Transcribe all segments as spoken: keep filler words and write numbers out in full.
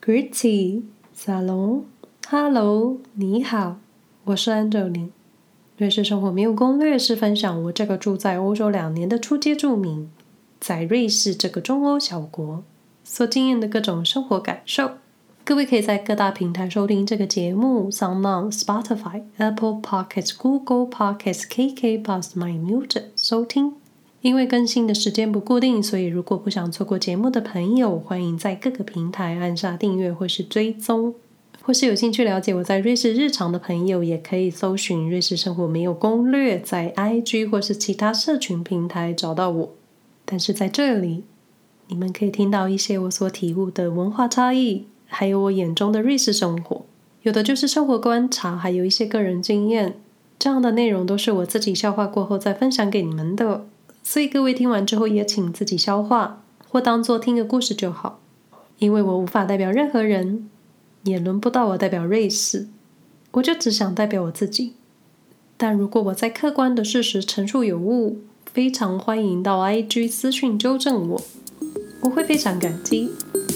Grüezi, Salon, Hello, 你好，我是 Angeline。瑞士生活没有攻略是分享我这个住在欧洲两年的初阶住民，在瑞士这个中欧小国所经验的各种生活感受。各位可以在各大平台收听这个节目 SoundOn、Spotify、Apple Podcasts、Google Podcasts、K K Bus、My Music 收听。因为更新的时间不固定，所以如果不想错过节目的朋友，欢迎在各个平台按下订阅或是追踪。或是有兴趣了解我在瑞士日常的朋友，也可以搜寻瑞士生活没有攻略，在 I G 或是其他社群平台找到我。但是在这里，你们可以听到一些我所体悟的文化差异，还有我眼中的瑞士生活。有的就是生活观察，还有一些个人经验。这样的内容都是我自己消化过后再分享给你们的。所以各位听完之后也请自己消化，或当作听个故事就好。因为我无法代表任何人，也轮不到我代表瑞士，我就只想代表我自己。但如果我在客观的事实陈述有误，非常欢迎到 I G 私讯纠正我，我会非常感激。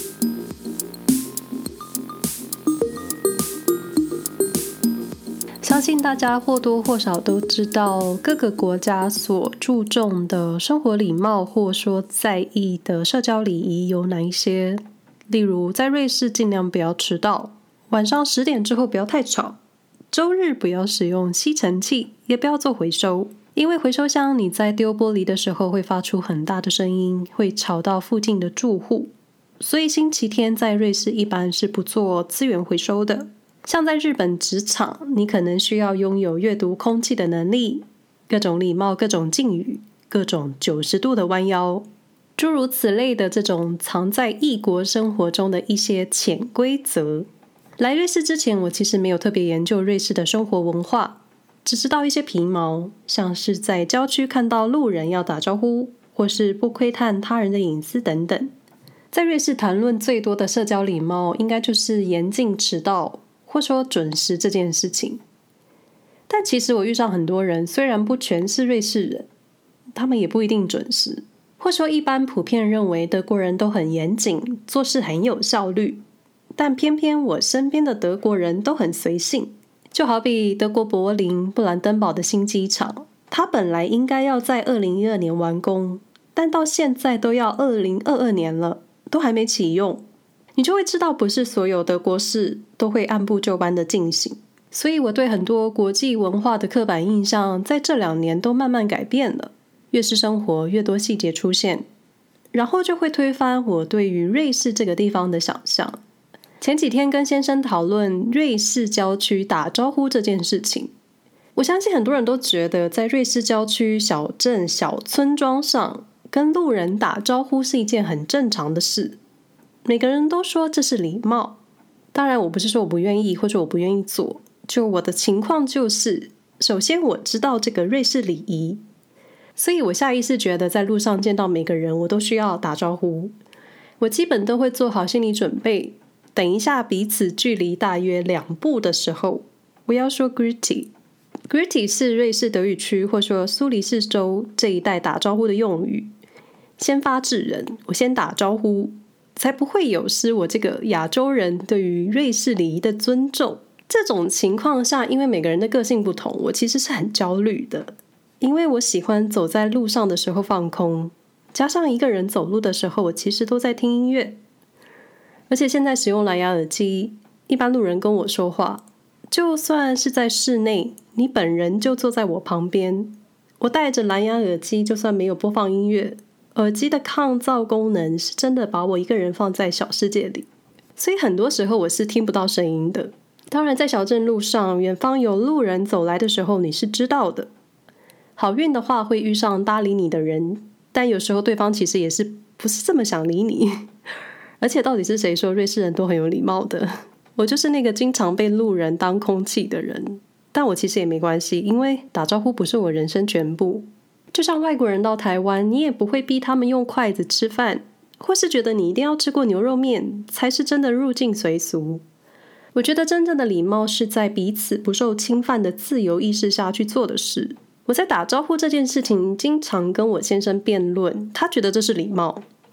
相信大家或多或少都知道各个国家所注重的生活礼貌或说在意的社交礼仪有哪一些。例如在瑞士尽量不要迟到，晚上十点之后不要太吵，周日不要使用吸尘器，也不要做回收，因为回收箱你在丢玻璃的时候会发出很大的声音，会吵到附近的住户，所以星期天在瑞士一般是不做资源回收的。像在日本职场，你可能需要拥有阅读空气的能力，各种礼貌，各种敬语，各种九十度的弯腰，诸如此类的这种藏在异国生活中的一些潜规则。来瑞士之前，我其实没有特别研究瑞士的生活文化，只知道一些皮毛，像是在郊区看到路人要打招呼，或是不窥探他人的隐私等等。在瑞士谈论最多的社交礼貌，应该就是严禁迟到，或说准时这件事情。但其实我遇上很多人，虽然不全是瑞士人，他们也不一定准时，或说一般普遍认为德国人都很严谨，做事很有效率，但偏偏我身边的德国人都很随性。就好比德国柏林布兰登堡的新机场，它本来应该要在二零一二年完工，但到现在都要二零二二年了，都还没启用。你就会知道不是所有的国事都会按部就班的进行，所以我对很多国际文化的刻板印象在这两年都慢慢改变了。越是生活越多细节出现，然后就会推翻我对于瑞士这个地方的想象。前几天跟先生讨论瑞士郊区打招呼这件事情，我相信很多人都觉得在瑞士郊区小镇小村庄上跟路人打招呼是一件很正常的事，每个人都说这是礼貌。当然我不是说我不愿意或者我不愿意做，就我的情况就是首先我知道这个瑞士礼仪，所以我下意识觉得在路上见到每个人我都需要打招呼。我基本都会做好心理准备，等一下彼此距离大约两步的时候我要说 Grüezi。 Grüezi 是瑞士德语区或说苏黎世州这一带打招呼的用语，先发制人，我先打招呼，才不会有失我这个亚洲人对于瑞士礼仪的尊重。这种情况下，因为每个人的个性不同，我其实是很焦虑的，因为我喜欢走在路上的时候放空，加上一个人走路的时候我其实都在听音乐，而且现在使用蓝牙耳机，一般路人跟我说话，就算是在室内，你本人就坐在我旁边，我戴着蓝牙耳机，就算没有播放音乐，耳机的抗噪功能是真的把我一个人放在小世界里，所以很多时候我是听不到声音的。当然在小镇路上，远方有路人走来的时候你是知道的，好运的话会遇上搭理你的人，但有时候对方其实也是不是这么想理你。而且到底是谁说瑞士人都很有礼貌的？我就是那个经常被路人当空气的人，但我其实也没关系，因为打招呼不是我人生全部。就像外国人到台湾，你也不会逼他们用筷子吃饭，或是觉得你一定要吃过牛肉面才是真的入境随俗。我觉得真正的礼貌是在彼此不受侵犯的自由意识下去做的事。我在打招呼这件事情经常跟我先生辩论，他觉得这是礼貌，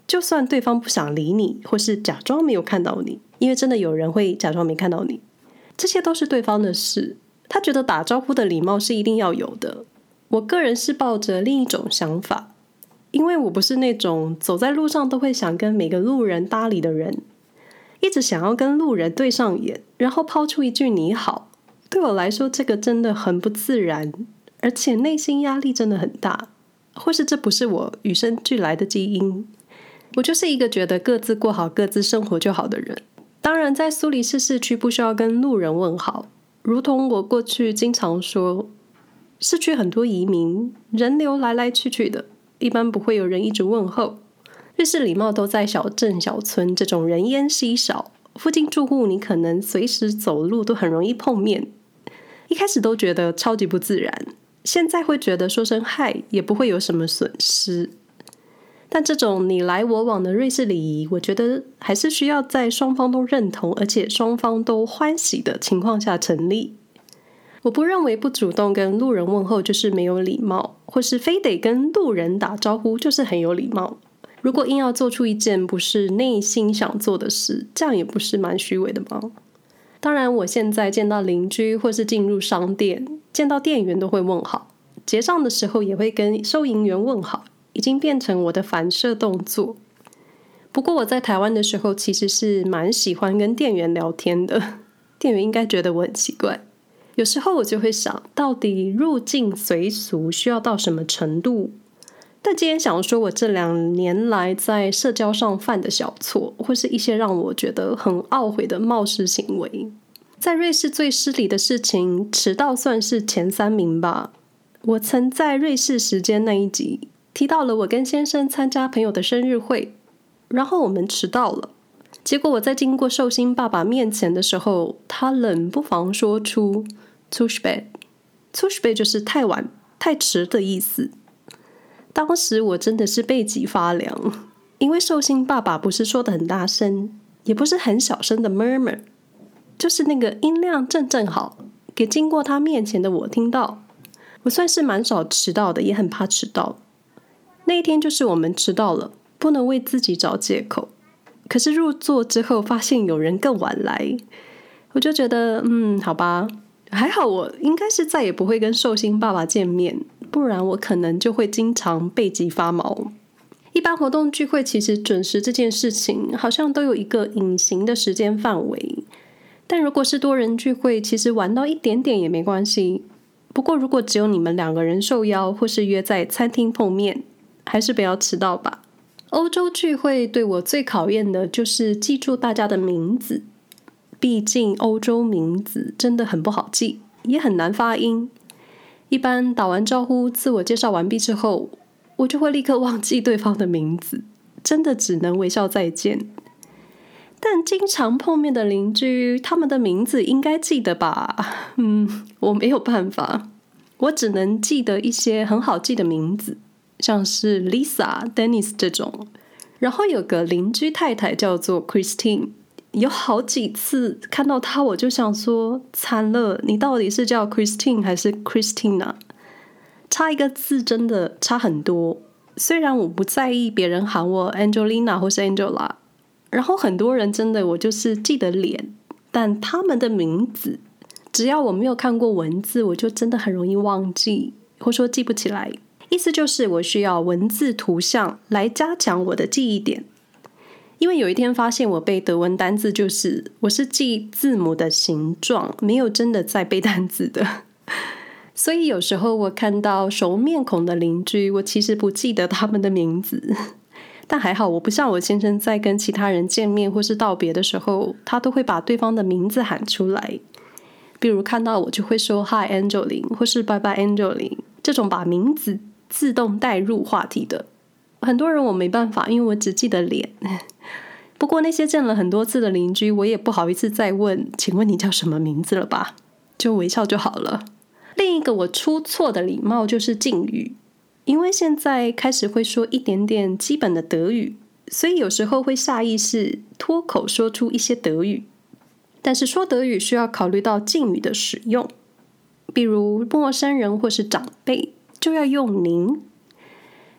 就算对方不想理你，或是假装没有看到你，因为真的有人会假装没看到你，这些都是对方的事。他觉得打招呼的礼貌是一定要有的。我个人是抱着另一种想法，因为我不是那种走在路上都会想跟每个路人搭理的人，一直想要跟路人对上眼，然后抛出一句你好，对我来说这个真的很不自然，而且内心压力真的很大，或是这不是我与生俱来的基因。我就是一个觉得各自过好各自生活就好的人。当然在苏黎世市区不需要跟路人问好，如同我过去经常说，市区很多移民，人流来来去去的，一般不会有人一直问候。日式礼貌都在小镇小村这种人烟稀少，附近住户你可能随时走路都很容易碰面。一开始都觉得超级不自然，现在会觉得说声嗨也不会有什么损失。但这种你来我往的瑞士礼仪，我觉得还是需要在双方都认同，而且双方都欢喜的情况下成立。我不认为不主动跟路人问候就是没有礼貌，或是非得跟路人打招呼就是很有礼貌。如果硬要做出一件不是内心想做的事，这样也不是蛮虚伪的吗？当然我现在见到邻居或是进入商店，见到店员都会问好，结账的时候也会跟收银员问好，已经变成我的反射动作。不过我在台湾的时候其实是蛮喜欢跟店员聊天的，店员应该觉得我很奇怪。有时候我就会想，到底入境随俗需要到什么程度？但今天想说我这两年来在社交上犯的小错，或是一些让我觉得很懊悔的冒失行为。在瑞士最失礼的事情，迟到算是前三名吧。我曾在瑞士时间那一集提到了我跟先生参加朋友的生日会，然后我们迟到了。结果我在经过寿星爸爸面前的时候，他冷不防说出 zu spät。 zu spät 就是太晚太迟的意思。当时我真的是背脊发凉，因为寿星爸爸不是说的很大声，也不是很小声的 murmur， 就是那个音量正正好，给经过他面前的我听到。我算是蛮少迟到的，也很怕迟到。那一天就是我们迟到了，不能为自己找借口。可是入座之后发现有人更晚来，我就觉得嗯，好吧，还好我应该是再也不会跟寿星爸爸见面，不然我可能就会经常背脊发毛。一般活动聚会其实准时这件事情好像都有一个隐形的时间范围，但如果是多人聚会，其实晚到一点点也没关系。不过如果只有你们两个人受邀，或是约在餐厅碰面，还是不要迟到吧。欧洲聚会对我最考验的就是记住大家的名字，毕竟欧洲名字真的很不好记，也很难发音。一般打完招呼自我介绍完毕之后，我就会立刻忘记对方的名字，真的只能微笑再见。但经常碰面的邻居，他们的名字应该记得吧？嗯，我没有办法，我只能记得一些很好记的名字，像是 Lisa、Dennis 这种。然后有个邻居太太叫做 Christine， 有好几次看到她我就想说，惨了，你到底是叫 Christine 还是 Christina？ 差一个字真的差很多。虽然我不在意别人喊我 Angelina 或是 Angela， 然后很多人真的我就是记得脸，但他们的名字只要我没有看过文字，我就真的很容易忘记，或说记不起来。意思就是我需要文字图像来加强我的记忆点。因为有一天发现我背德文单字，就是我是记字母的形状，没有真的在背单字的。所以有时候我看到熟面孔的邻居，我其实不记得他们的名字。但还好我不像我先生在跟其他人见面或是道别的时候，他都会把对方的名字喊出来。比如看到我就会说 Hi Angeline 或是 Bye Bye Angeline， 这种把名字自动带入话题的。很多人我没办法，因为我只记得脸。不过那些见了很多次的邻居，我也不好意思再问请问你叫什么名字了吧，就微笑就好了。另一个我出错的礼貌就是敬语，因为现在开始会说一点点基本的德语，所以有时候会下意识脱口说出一些德语。但是说德语需要考虑到敬语的使用，比如陌生人或是长辈就要用您。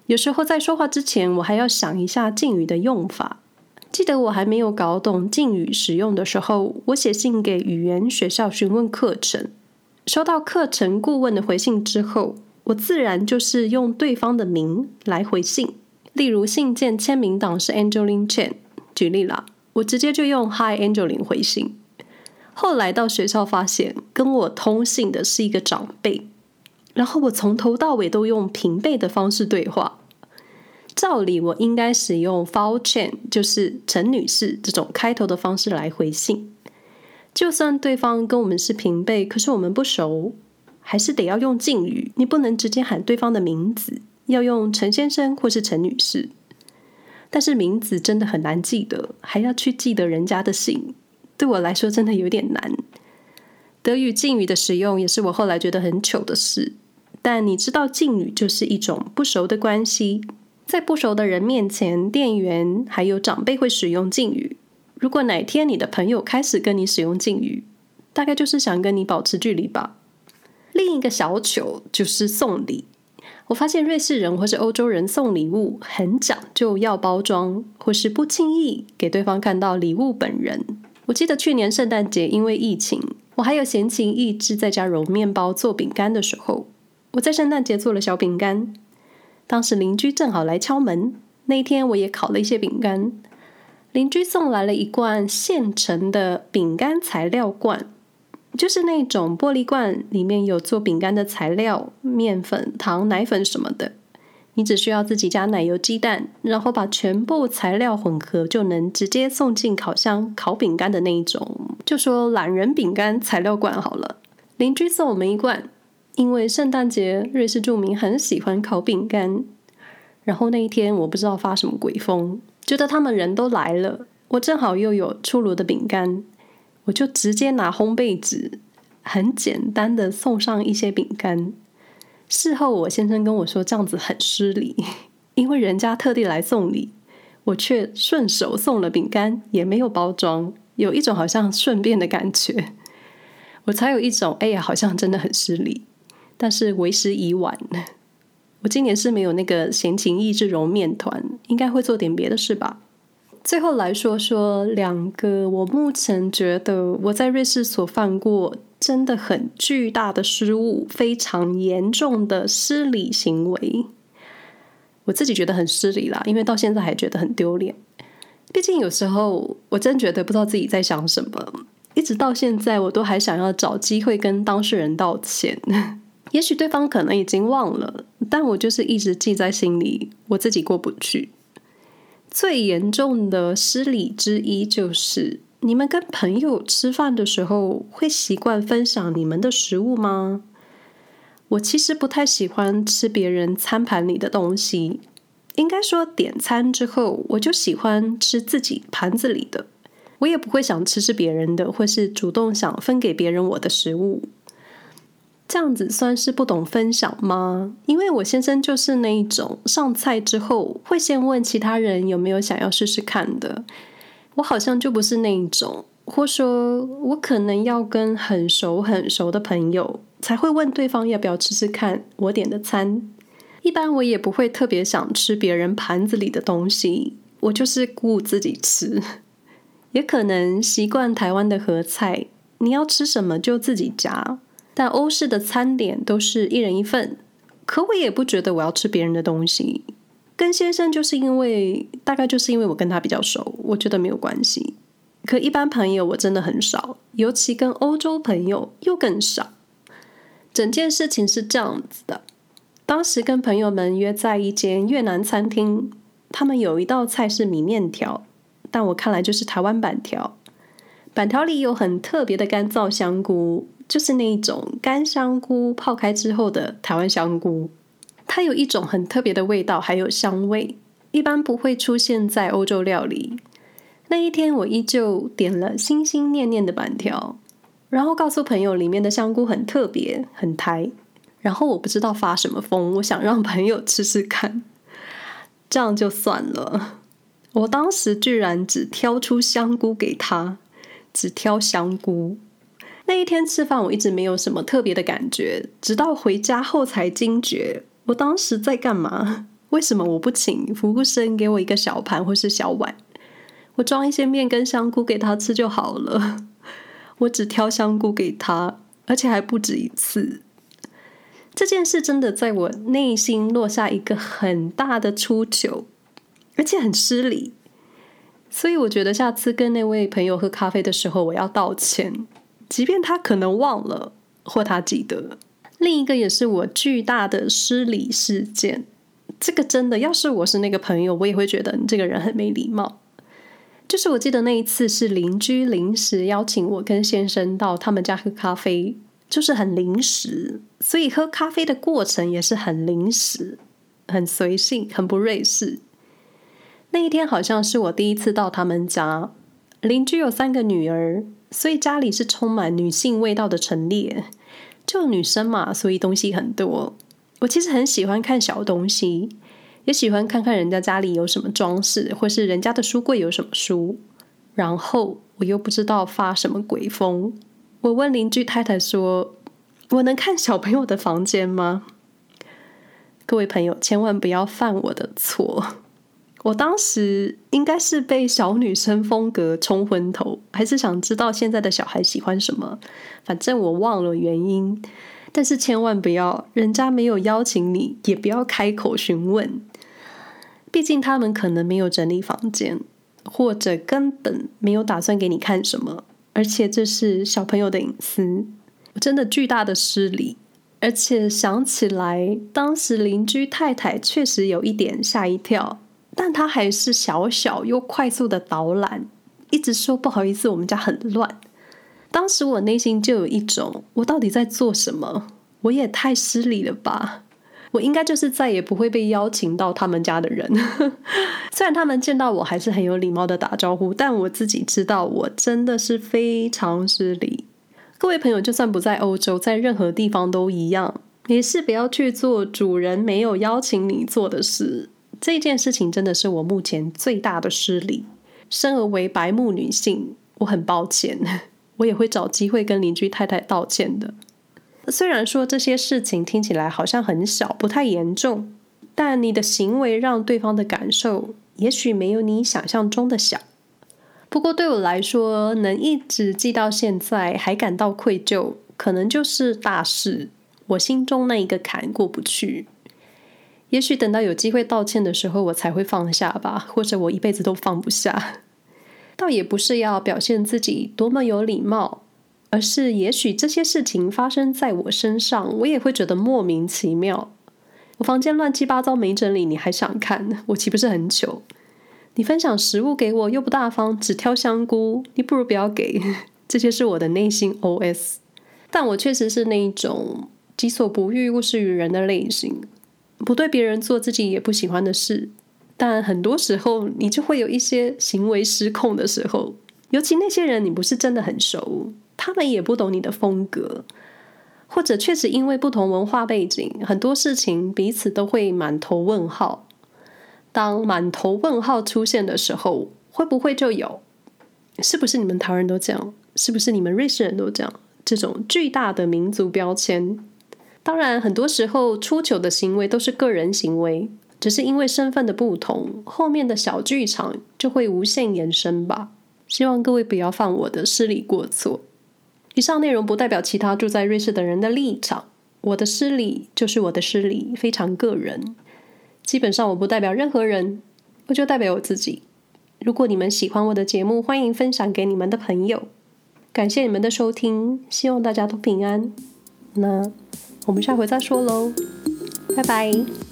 有时候在说话之前，我还要想一下敬语的用法。记得我还没有搞懂敬语使用的时候，我写信给语言学校询问课程。收到课程顾问的回信之后，我自然就是用对方的名来回信。例如信件签名档是 Angeline Chen， 举例啦，我直接就用 Hi Angeline 回信。后来到学校发现跟我通信的是一个长辈，然后我从头到尾都用平辈的方式对话。照理我应该使用 Frau Chen， 就是陈女士这种开头的方式来回信。就算对方跟我们是平辈，可是我们不熟，还是得要用敬语，你不能直接喊对方的名字，要用陈先生或是陈女士。但是名字真的很难记得，还要去记得人家的姓，对我来说真的有点难。德语敬语的使用也是我后来觉得很糗的事，但你知道敬语就是一种不熟的关系，在不熟的人面前，店员还有长辈会使用敬语。如果哪天你的朋友开始跟你使用敬语，大概就是想跟你保持距离吧。另一个小糗就是送礼。我发现瑞士人或是欧洲人送礼物很讲究要包装，或是不轻易给对方看到礼物本人。我记得去年圣诞节因为疫情，我还有闲情逸致在家揉面包做饼干的时候，我在圣诞节做了小饼干。当时邻居正好来敲门，那一天我也烤了一些饼干。邻居送来了一罐现成的饼干材料罐，就是那种玻璃罐，里面有做饼干的材料，面粉、糖、奶粉什么的。你只需要自己加奶油、鸡蛋，然后把全部材料混合，就能直接送进烤箱烤饼干的那一种，就说懒人饼干材料罐好了。邻居送我们一罐，因为圣诞节瑞士住民很喜欢烤饼干。然后那一天我不知道发什么鬼疯，觉得他们人都来了，我正好又有出炉的饼干，我就直接拿烘焙纸很简单的送上一些饼干。事后我先生跟我说这样子很失礼，因为人家特地来送礼，我却顺手送了饼干，也没有包装，有一种好像顺便的感觉。我才有一种哎呀好像真的很失礼，但是为时已晚。我今年是没有那个闲情逸致揉面团，应该会做点别的事吧。最后来说说两个我目前觉得我在瑞士所犯过真的很巨大的失误，非常严重的失礼行为。我自己觉得很失礼啦，因为到现在还觉得很丢脸。毕竟有时候我真觉得不知道自己在想什么，一直到现在我都还想要找机会跟当事人道歉。也许对方可能已经忘了，但我就是一直记在心里，我自己过不去。最严重的失礼之一就是，你们跟朋友吃饭的时候会习惯分享你们的食物吗？我其实不太喜欢吃别人餐盘里的东西，应该说点餐之后我就喜欢吃自己盘子里的，我也不会想吃是别人的，或是主动想分给别人我的食物。这样子算是不懂分享吗？因为我先生就是那一种上菜之后会先问其他人有没有想要试试看的，我好像就不是那一种，或说我可能要跟很熟很熟的朋友才会问对方要不要吃吃看我点的餐。一般我也不会特别想吃别人盘子里的东西，我就是顾自己吃。也可能习惯台湾的合菜，你要吃什么就自己夹，但欧式的餐点都是一人一份，可我也不觉得我要吃别人的东西。跟先生就是因为大概就是因为我跟他比较熟，我觉得没有关系。可一般朋友我真的很少，尤其跟欧洲朋友又更少。整件事情是这样子的，当时跟朋友们约在一间越南餐厅，他们有一道菜是米面条，但我看来就是台湾板条。板条里有很特别的干燥香菇，就是那一种干香菇泡开之后的台湾香菇，它有一种很特别的味道还有香味，一般不会出现在欧洲料理。那一天我依旧点了心心念念的板条，然后告诉朋友里面的香菇很特别很台，然后我不知道发什么疯，我想让朋友吃吃看，这样就算了。我当时居然只挑出香菇给他，只挑香菇。那一天吃饭我一直没有什么特别的感觉，直到回家后才惊觉我当时在干嘛。 为什么我不请服务生给我一个小盘或是小碗，我装一些面跟香菇给他吃就好了？我只挑香菇给他，而且还不止一次。这件事真的在我内心落下一个很大的出糗，而且很失礼。所以我觉得下次跟那位朋友喝咖啡的时候，我要道歉，即便他可能忘了或他记得。另一个也是我巨大的失礼事件，这个真的要是我是那个朋友，我也会觉得你这个人很没礼貌。就是我记得那一次是邻居临时邀请我跟先生到他们家喝咖啡，就是很临时，所以喝咖啡的过程也是很临时，很随性，很不瑞士。那一天好像是我第一次到他们家，邻居有三个女儿，所以家里是充满女性味道的陈列。就女生嘛，所以东西很多。我其实很喜欢看小东西，也喜欢看看人家家里有什么装饰，或是人家的书柜有什么书。然后我又不知道发什么鬼疯，我问邻居太太说，我能看小朋友的房间吗？各位朋友千万不要犯我的错，我当时应该是被小女生风格冲昏头，还是想知道现在的小孩喜欢什么，反正我忘了原因。但是千万不要，人家没有邀请你，也不要开口询问，毕竟他们可能没有整理房间，或者根本没有打算给你看什么，而且这是小朋友的隐私。我真的巨大的失礼，而且想起来当时邻居太太确实有一点吓一跳，但她还是小小又快速的导览，一直说不好意思，我们家很乱。当时我内心就有一种，我到底在做什么？我也太失礼了吧！我应该就是再也不会被邀请到他们家的人。虽然他们见到我还是很有礼貌的打招呼，但我自己知道我真的是非常失礼。各位朋友就算不在欧洲，在任何地方都一样，也是不要去做主人没有邀请你做的事。这件事情真的是我目前最大的失礼。生而为白目女性，我很抱歉，我也会找机会跟邻居太太道歉的。虽然说这些事情听起来好像很小，不太严重，但你的行为让对方的感受也许没有你想象中的小。不过对我来说，能一直记到现在还感到愧疚，可能就是大事，我心中那一个坎过不去。也许等到有机会道歉的时候，我才会放下吧，或者我一辈子都放不下。倒也不是要表现自己多么有礼貌，而是也许这些事情发生在我身上，我也会觉得莫名其妙。我房间乱七八糟没整理，你还想看？我岂不是很糗？你分享食物给我又不大方，只挑香菇，你不如不要给。这些是我的内心 O S。 但我确实是那一种己所不欲勿施于人的类型，不对别人做自己也不喜欢的事，但很多时候你就会有一些行为失控的时候，尤其那些人你不是真的很熟，他们也不懂你的风格，或者确实因为不同文化背景，很多事情彼此都会满头问号。当满头问号出现的时候，会不会就有是不是你们台湾人都这样，是不是你们瑞士人都这样，这种巨大的民族标签。当然很多时候出糗的行为都是个人行为，只是因为身份的不同，后面的小剧场就会无限延伸吧。希望各位不要犯我的失礼过错。以上内容不代表其他住在瑞士的人的立场，我的失礼就是我的失礼，非常个人。基本上我不代表任何人，我就代表我自己。如果你们喜欢我的节目，欢迎分享给你们的朋友。感谢你们的收听，希望大家都平安。那我们下回再说咯，拜拜。